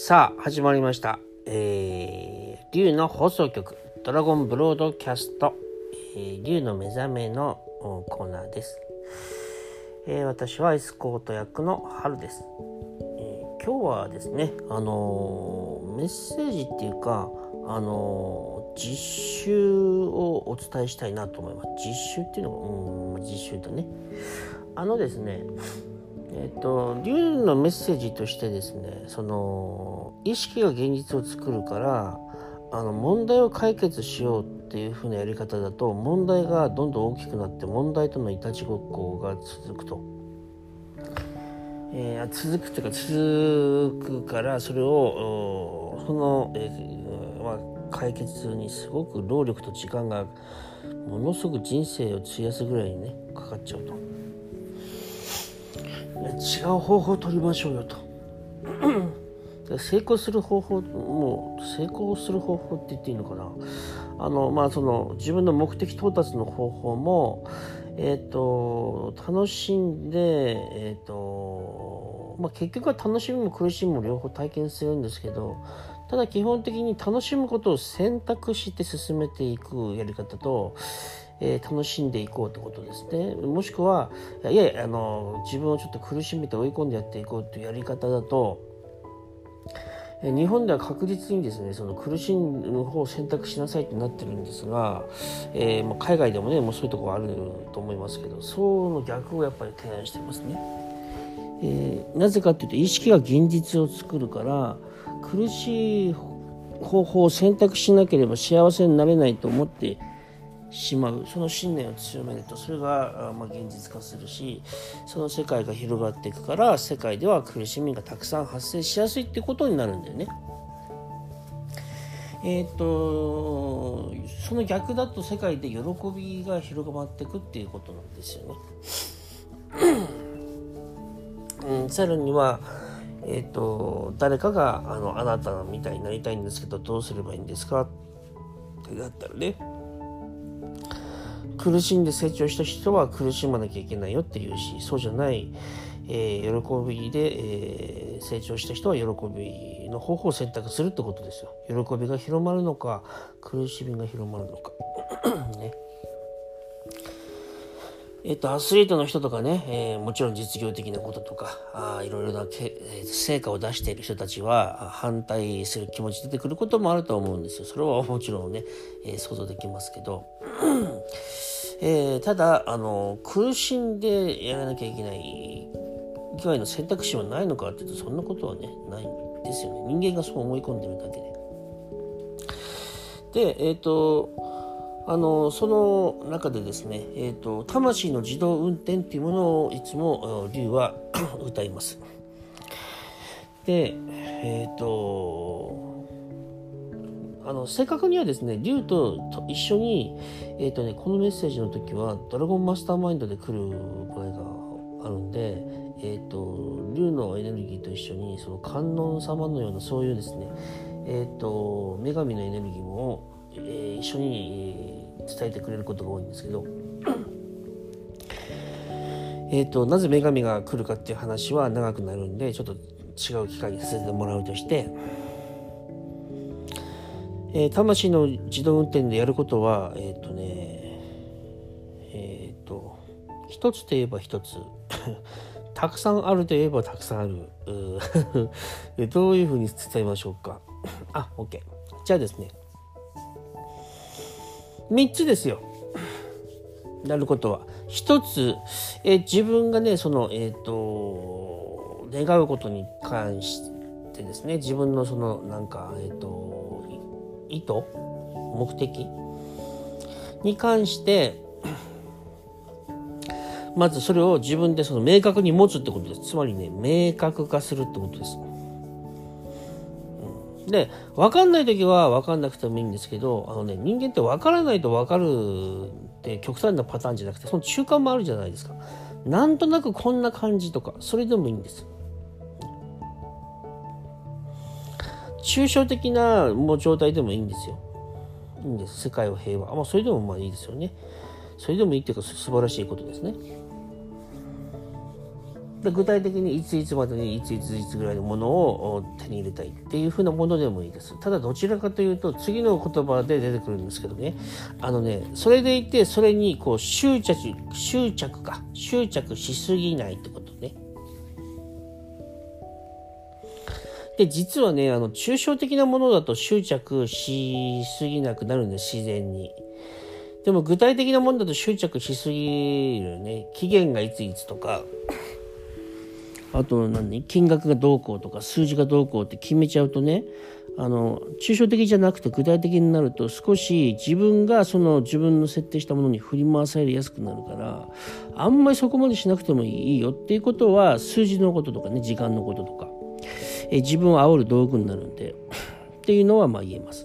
さあ始まりました、竜の放送局ドラゴンブロードキャスト、竜の目覚めのコーナーです。私はエスコート役の春です。今日はですね、メッセージっていうか、実習をお伝えしたいなと思います。実習っていうのが、実習とね、ですね、竜のメッセージとしてですね、意識が現実を作るから問題を解決しようっていう風なやり方だと、問題がどんどん大きくなって問題とのいたちごっこが続くと、続くからそれを解決にすごく労力と時間がものすごく人生を費やすぐらいにねかかっちゃうと。違う方法を取りましょうよと成功する方法って言っていいのかな。自分の目的到達の方法も楽しんで結局は楽しみも苦しみも両方体験するんですけど、ただ基本的に楽しむことを選択して進めていくやり方と、楽しんでいこうってことですね。もしくは自分をちょっと苦しめて追い込んでやっていこうっていうやり方だと、日本では確実にですね、その苦しむ方を選択しなさいってなってるんですが、海外でもねもうそういうところあると思いますけど、その逆をやっぱり提案してますね。なぜかっていうと、意識が現実を作るから、苦しい方法を選択しなければ幸せになれないと思ってしまう、その信念を強めるとそれが現実化するし、その世界が広がっていくから、世界では苦しみがたくさん発生しやすいってことになるんだよね。その逆だと世界で喜びが広まっていくっていうことなんですよね。さらには誰かがあなたみたいになりたいんですけどどうすればいいんですかってなったらね、苦しんで成長した人は苦しまなきゃいけないよっていうし、そうじゃない、喜びで、成長した人は喜びの方法を選択するってことですよ。喜びが広まるのか苦しみが広まるのかね。アスリートの人とかね、もちろん実業的なこととかいろいろな成果を出している人たちは反対する気持ち出てくることもあると思うんですよ。それはもちろんね、想像できますけどただ苦しんでやらなきゃいけない以外の選択肢はないのかっていうと、そんなことはねないんですよね。人間がそう思い込んでるだけで。その中でですね、魂の自動運転っていうものをいつも竜は歌います。で、正確にはですね、竜と一緒に、このメッセージの時はドラゴンマスターマインドで来る場合があるんで、竜のエネルギーと一緒にその観音様のようなそういうですね、女神のエネルギーも一緒に伝えてくれることが多いんですけどなぜ女神が来るかっていう話は長くなるんで、ちょっと違う機会にさせてもらうとして、魂の自動運転でやることは一つといえば一つたくさんあるといえばたくさんあるどういうふうに伝えましょうかOK。 じゃあですね、3つですよ、やることは。1つ、自分がね願うことに関してですね、自分の意図目的に関してまずそれを自分で明確に持つってことです。つまりね、明確化するってことです。で、分かんないときは分かんなくてもいいんですけど、人間って分からないと分かるって極端なパターンじゃなくて、その中間もあるじゃないですか。なんとなくこんな感じとか、それでもいいんです。抽象的な状態でもいいんですよ。いいんです。世界を平和。それでもいいですよね。それでもいいっていうか素晴らしいことですね。 で具体的にいついつまでにいついついつぐらいのものを手に入れたいっていうふうなものでもいいです。ただどちらかというと次の言葉で出てくるんですけどね、それでいてそれにこう執着しすぎないってことね。で実はね抽象的なものだと執着しすぎなくなるんです、自然に。でも具体的なものだと執着しすぎるね。期限がいついつとか、あと金額がどうこうとか数字がどうこうって決めちゃうとね、抽象的じゃなくて具体的になると少し自分が自分の設定したものに振り回されやすくなるから、あんまりそこまでしなくてもいいよっていうことは、数字のこととかね、時間のこととか、自分を煽る道具になるんでっていうのは言えます。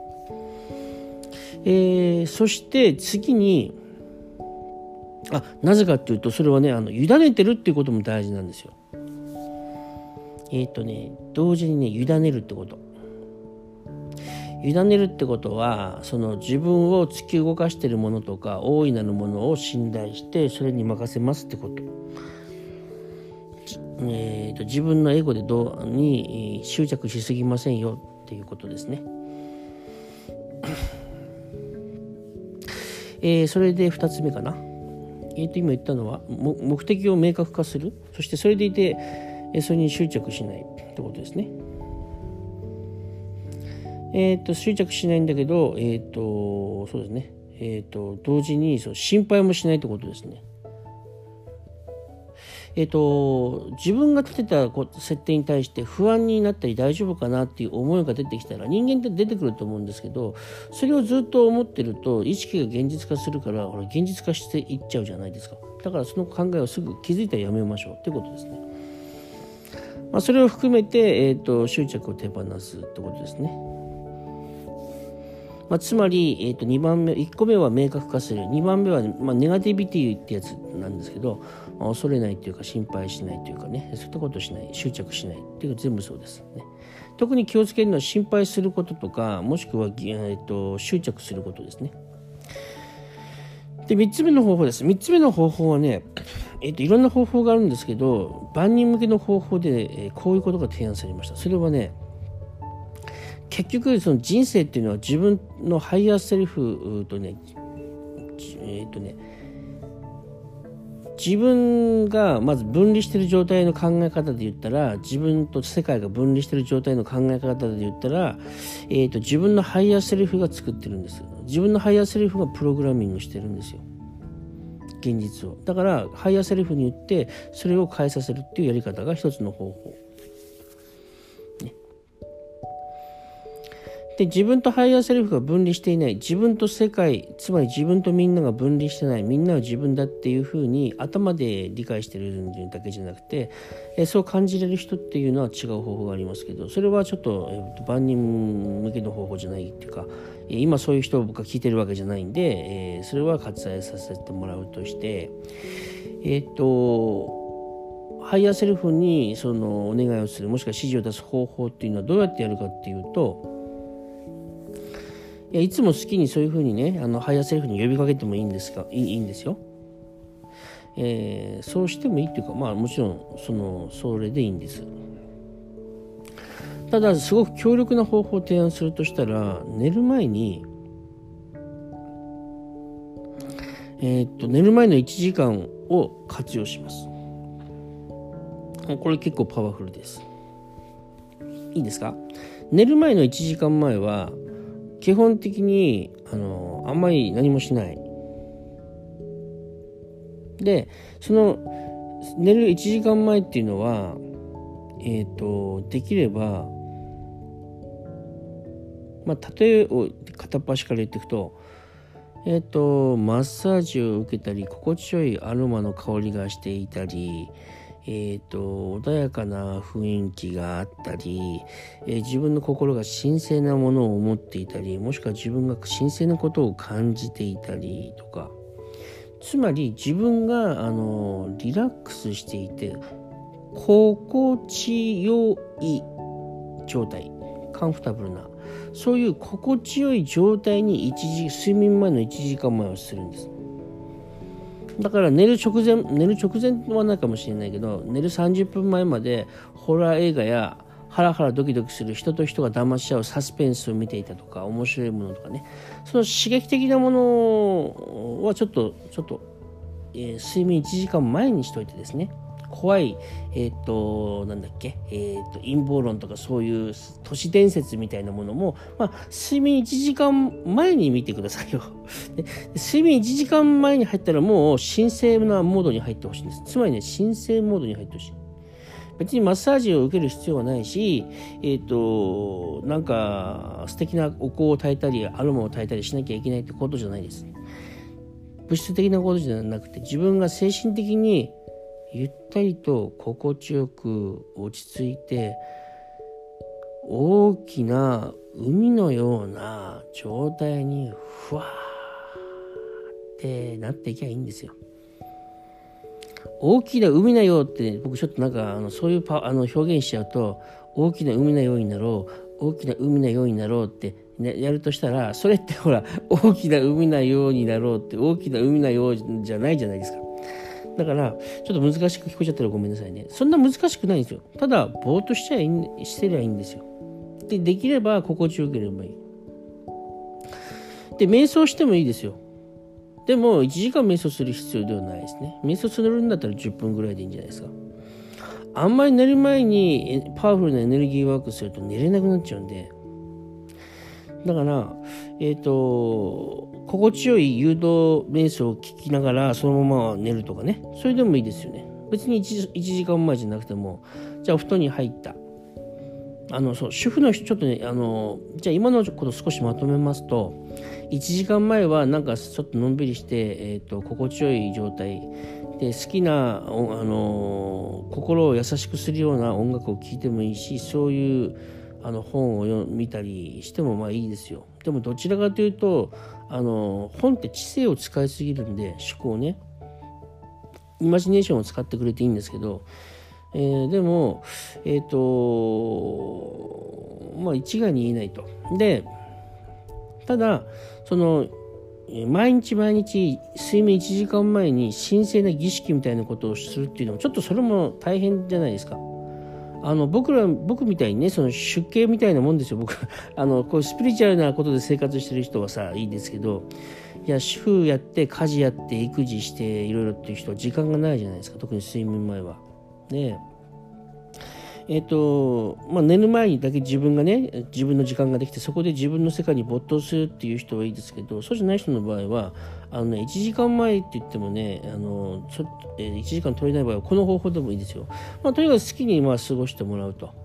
そして次になぜかっていうと、それはね委ねてるっていうことも大事なんですよ。同時にね委ねるってこと。委ねるってことは、自分を突き動かしているものとか大いなるものを信頼してそれに任せますってこと。自分のエゴでに執着しすぎませんよっていうことですね。それで2つ目かな。今言ったのは目的を明確化する、そしてそれでいてそれに執着しないってことですね。執着しないんだけど、そうですね。同時に心配もしないってことですね。自分が立てた設定に対して不安になったり大丈夫かなっていう思いが出てきたら、人間って出てくると思うんですけど、それをずっと思ってると意識が現実化するから、現実化していっちゃうじゃないですか。だからその考えをすぐ気づいたらやめましょうってことですね。それを含めて、執着を手放すってことですね。つまり、2番目、1個目は明確化する、2番目は、ネガティビティってやつなんですけど、恐れないというか心配しないというかね、そういったことをしない、執着しないっていうか全部そうですね。特に気をつけるのは心配することとか、もしくは、執着することですね。で、3つ目の方法です。3つ目の方法はね、いろんな方法があるんですけど、万人向けの方法で、こういうことが提案されました。それはね、結局その人生っていうのは自分のハイヤーセルフとね、自分がまず分離している状態の考え方で言ったら、自分と世界が分離している状態の考え方で言ったら、自分のハイヤーセルフが作ってるんです。自分のハイヤーセルフがプログラミングしてるんですよ、現実を。だからハイヤーセルフに言ってそれを変えさせるっていうやり方が一つの方法。で、自分とハイヤーセルフが分離していない、自分と世界、つまり自分とみんなが分離してない、みんなは自分だっていうふうに頭で理解してるだけじゃなくて、そう感じれる人っていうのは違う方法がありますけど、それはちょっと、万人向けの方法じゃないっていうか、今そういう人を僕は聞いてるわけじゃないんで、それは割愛させてもらうとして、ハイヤーセルフにお願いをする、もしくは指示を出す方法っていうのはどうやってやるかっていうと、いつも好きにそういうふうにね、ハイヤーセルフに呼びかけてもいいんですよ。そうしてもいいっていうか、もちろんそれでいいんです。ただすごく強力な方法を提案するとしたら、寝る前の1時間を活用します。これ結構パワフルです。いいですか？寝る前の1時間前は基本的にあんまり何もしない。で、寝る1時間前っていうのはできれば、例えを片っ端から言っていくと、マッサージを受けたり、心地よいアロマの香りがしていたり、穏やかな雰囲気があったり、自分の心が神聖なものを思っていたり、もしくは自分が神聖なことを感じていたりとか、つまり自分がリラックスしていて心地よい状態、カンフタブルな、そういう心地よい状態に睡眠前の1時間前をするんです。 だから寝る直前はないかもしれないけど、寝る30分前までホラー映画やハラハラドキドキする人と人が騙し合うサスペンスを見ていたとか、面白いものとかね、その刺激的なものはちょっと、睡眠1時間前にしといてですね、怖いなんだっけ、陰謀論とかそういう都市伝説みたいなものも、睡眠1時間前に見てくださいよ。で睡眠1時間前に入ったらもう神聖なモードに入ってほしいんです。つまりね、神聖モードに入ってほしい。別にマッサージを受ける必要はないし、なんか素敵なお香を焚いたりアロマを焚いたりしなきゃいけないってことじゃないです。物質的なことじゃなくて、自分が精神的にゆったりと心地よく落ち着いて、大きな海のような状態にふわーってなっていきゃいいんですよ。大きな海のようって、僕ちょっとなんかそういう表現しちゃうと、大きな海のようになろう、大きな海のようになろうって、ね、やるとしたら、それってほら、大きな海のようになろうって、大きな海のようじゃないじゃないですか。だからちょっと難しく聞こえちゃったらごめんなさいね。そんな難しくないんですよ。ただぼーっとしてりゃいいんですよ。できれば心地よければいい。で瞑想してもいいですよ。でも1時間瞑想する必要ではないですね。瞑想するんだったら10分ぐらいでいいんじゃないですか。あんまり寝る前にパワフルなエネルギーワークすると寝れなくなっちゃうんで、だから心地よい誘導瞑想を聞きながらそのまま寝るとかね、それでもいいですよね。別に 1時間前じゃなくても、じゃあお布団に入った主婦の人、ちょっとねじゃあ今のこと少しまとめますと、1時間前はなんかちょっとのんびりして、心地よい状態で、好きな心を優しくするような音楽を聴いてもいいし、そういう本を見たりしてもいいですよ。でもどちらかというと本って知性を使いすぎるんで、思考ね、イマジネーションを使ってくれていいんですけど、でも一概に言えないと。でただ毎日睡眠1時間前に神聖な儀式みたいなことをするっていうのも、ちょっとそれも大変じゃないですか。僕みたいにね、その出家みたいなもんですよ。僕こういうスピリチュアルなことで生活してる人はさいいですけど、いや主婦やって家事やって育児していろいろっていう人は時間がないじゃないですか。特に睡眠前はね。寝る前にだけ自分の時間ができて、そこで自分の世界に没頭するっていう人はいいですけど、そうじゃない人の場合は1時間前って言ってもね、1時間取れない場合はこの方法でもいいですよ。とにかく好きに過ごしてもらうと。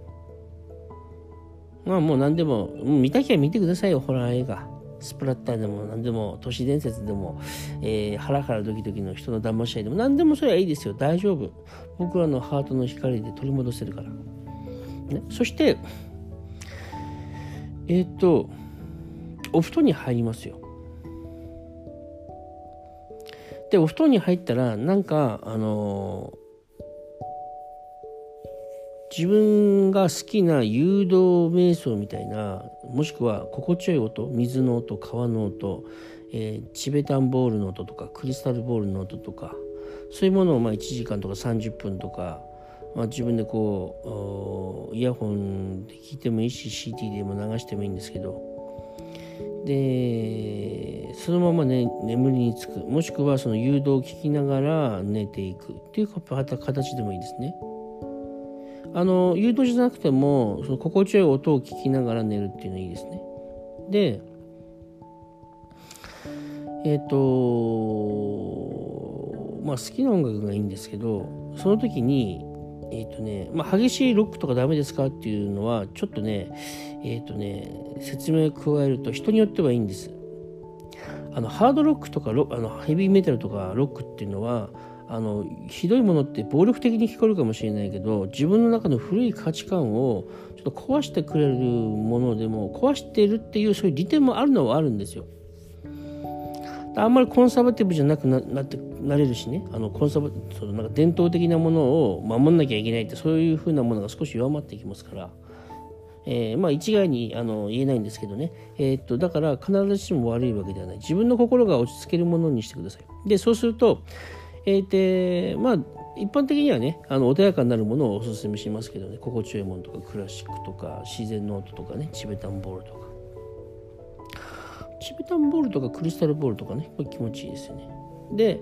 もう何でも見たきゃ見てくださいよ。ホラー映画、スプラッターでも何でも、都市伝説でも、ハラハラドキドキの人の騙し合いでも何でもそれはいいですよ。大丈夫。僕らのハートの光で取り戻せるから、ね、そしてお布団に入りますよ。でお布団に入ったらなんか自分が好きな誘導瞑想みたいな、もしくは心地よい音、水の音、川の音、チベタンボールの音とかクリスタルボールの音とか、そういうものを1時間とか30分とか、自分でイヤホンで聞いてもいいし CD でも流してもいいんですけど、でそのまま、眠りにつく、もしくはその誘導を聞きながら寝ていくっていう形でもいいですね。誘導じゃなくてもその心地よい音を聞きながら寝るっていうのがいいですね。で好きな音楽がいいんですけど、その時に激しいロックとかダメですかっていうのはちょっと説明を加えると、人によってはいいんです。ハードロックとかヘビーメタルとかロックっていうのはひどいものって暴力的に聞こえるかもしれないけど、自分の中の古い価値観をちょっと壊してくれるものでも、壊しているっていうそういう利点もあるのはあるんですよ。あんまりコンサバティブじゃなくなれるしね、なんか伝統的なものを守んなきゃいけないって、そういう風なものが少し弱まっていきますから、 一概に言えないんですけどね、だから必ずしも悪いわけではない。自分の心が落ち着けるものにしてください。でそうすると、一般的にはね穏やかになるものをおすすめしますけどね、心地よいものとかクラシックとか自然の音とかね、チベタンボールとかクリスタルボールとかね、これ気持ちいいですよね。で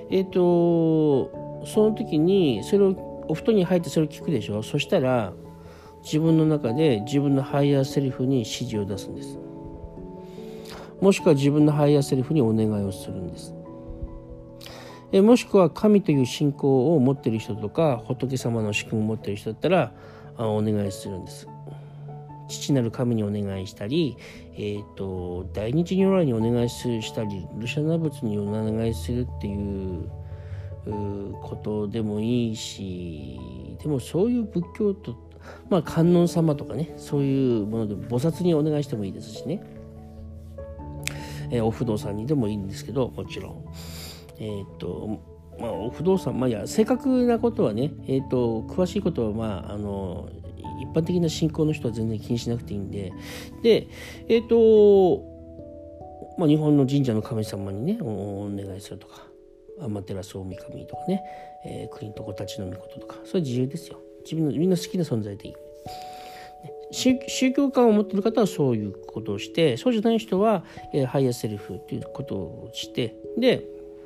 その時にそれをお布団に入ってそれを聞くでしょ。そしたら自分の中で自分のハイヤーセルフに指示を出すんです。もしくは自分のハイヤーセルフにお願いをするんです。もしくは神という信仰を持っている人とか仏様の仕組みを持っている人だったらお願いするんです。父なる神にお願いしたり、大日如来にお願いしたり、ルシャナ仏にお願いするっていうことでもいいし、でもそういう仏教と観音様とかね、そういうもので菩薩にお願いしてもいいですしね、お不動産にでもいいんですけど、もちろんお不動産、正確なことはね、詳しいことは一般的な信仰の人は全然気にしなくていいんで、日本の神社の神様にねお願いするとか、天照大神とかね、国と子たちの御事とか、それ自由ですよ。みんな好きな存在でいい。宗教観を持っている方はそういうことをして、そうじゃない人は、ハイヤーセルフということをして、で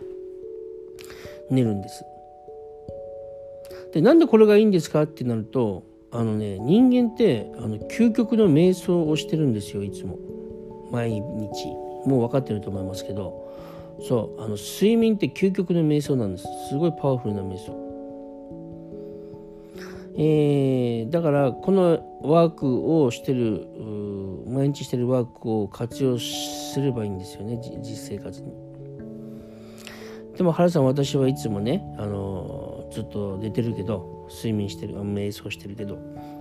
寝るんです。でなんでこれがいいんですかってなると、人間って究極の瞑想をしてるんですよ。いつも毎日もう分かってると思いますけど、そう睡眠って究極の瞑想なんです。すごいパワフルな瞑想。だからこのワークをしてる、毎日してるワークを活用すればいいんですよね、実生活に。でも原さん、私はいつもねずっと寝てるけど、睡眠してる、瞑想してるけど、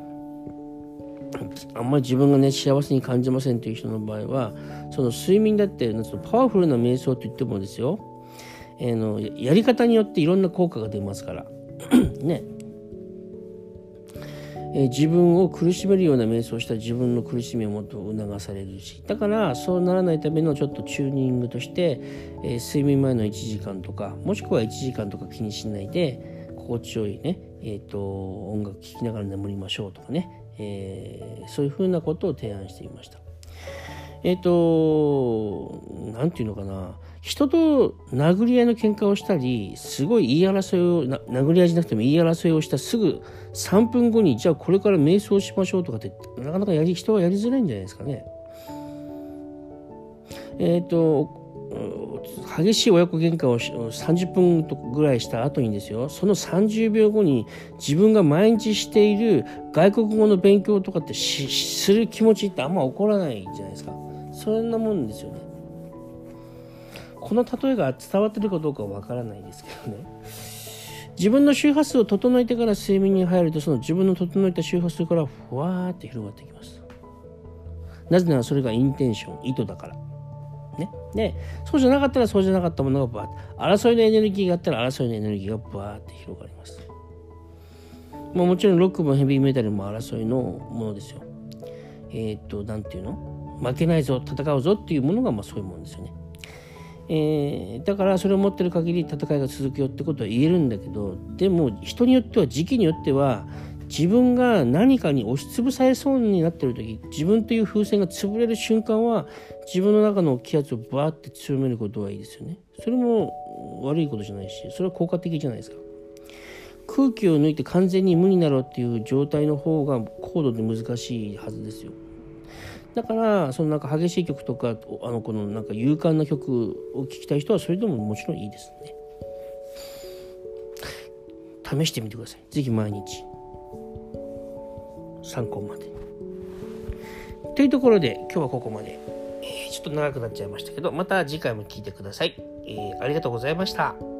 あんまり自分がね幸せに感じませんという人の場合は、その睡眠だってパワフルな瞑想といってもですよ、やり方によっていろんな効果が出ますからね。自分を苦しめるような瞑想をしたら自分の苦しみをもっと促されるし、だからそうならないためのちょっとチューニングとして、睡眠前の1時間とか、もしくは1時間とか気にしないで心地よいね、音楽聴きながら眠りましょうとかね、そういうふうなことを提案していました。なんていうのかな、人と殴り合いの喧嘩をしたり、すごい言い争いを殴り合いじゃなくても言い争いをしたすぐ3分後に、じゃあこれから瞑想しましょうとかってなかなか人はやりづらいんじゃないですかね。激しい親子喧嘩を30分ぐらいした後にですよ、その30秒後に自分が毎日している外国語の勉強とかってする気持ちってあんま起こらないじゃないですか。そんなもんですよね。この例えが伝わってるかどうかはわからないですけどね、自分の周波数を整えてから睡眠に入ると、その自分の整えた周波数からふわーって広がってきます。なぜならそれがインテンション、意図だからね。でそうじゃなかったらそうじゃなかったものがバーッ、争いのエネルギーがあったら争いのエネルギーがバーって広がります。もちろんロックもヘビーメタルも争いのものですよ。なんていうの、負けないぞ、戦うぞっていうものがそういうものですよね。だからそれを持ってる限り戦いが続くよってことは言えるんだけど、でも人によっては、時期によっては、自分が何かに押しつぶされそうになってる時、自分という風船が潰れる瞬間は自分の中の気圧をバーって強めることはいいですよね。それも悪いことじゃないし、それは効果的じゃないですか。空気を抜いて完全に無になろうっていう状態の方が高度で難しいはずですよ。だからそのなんか激しい曲とかこのなんか勇敢な曲を聴きたい人はそれでももちろんいいですね。試してみてください。ぜひ毎日参考までというところで、今日はここまで、ちょっと長くなっちゃいましたけど、また次回も聞いてください。ありがとうございました。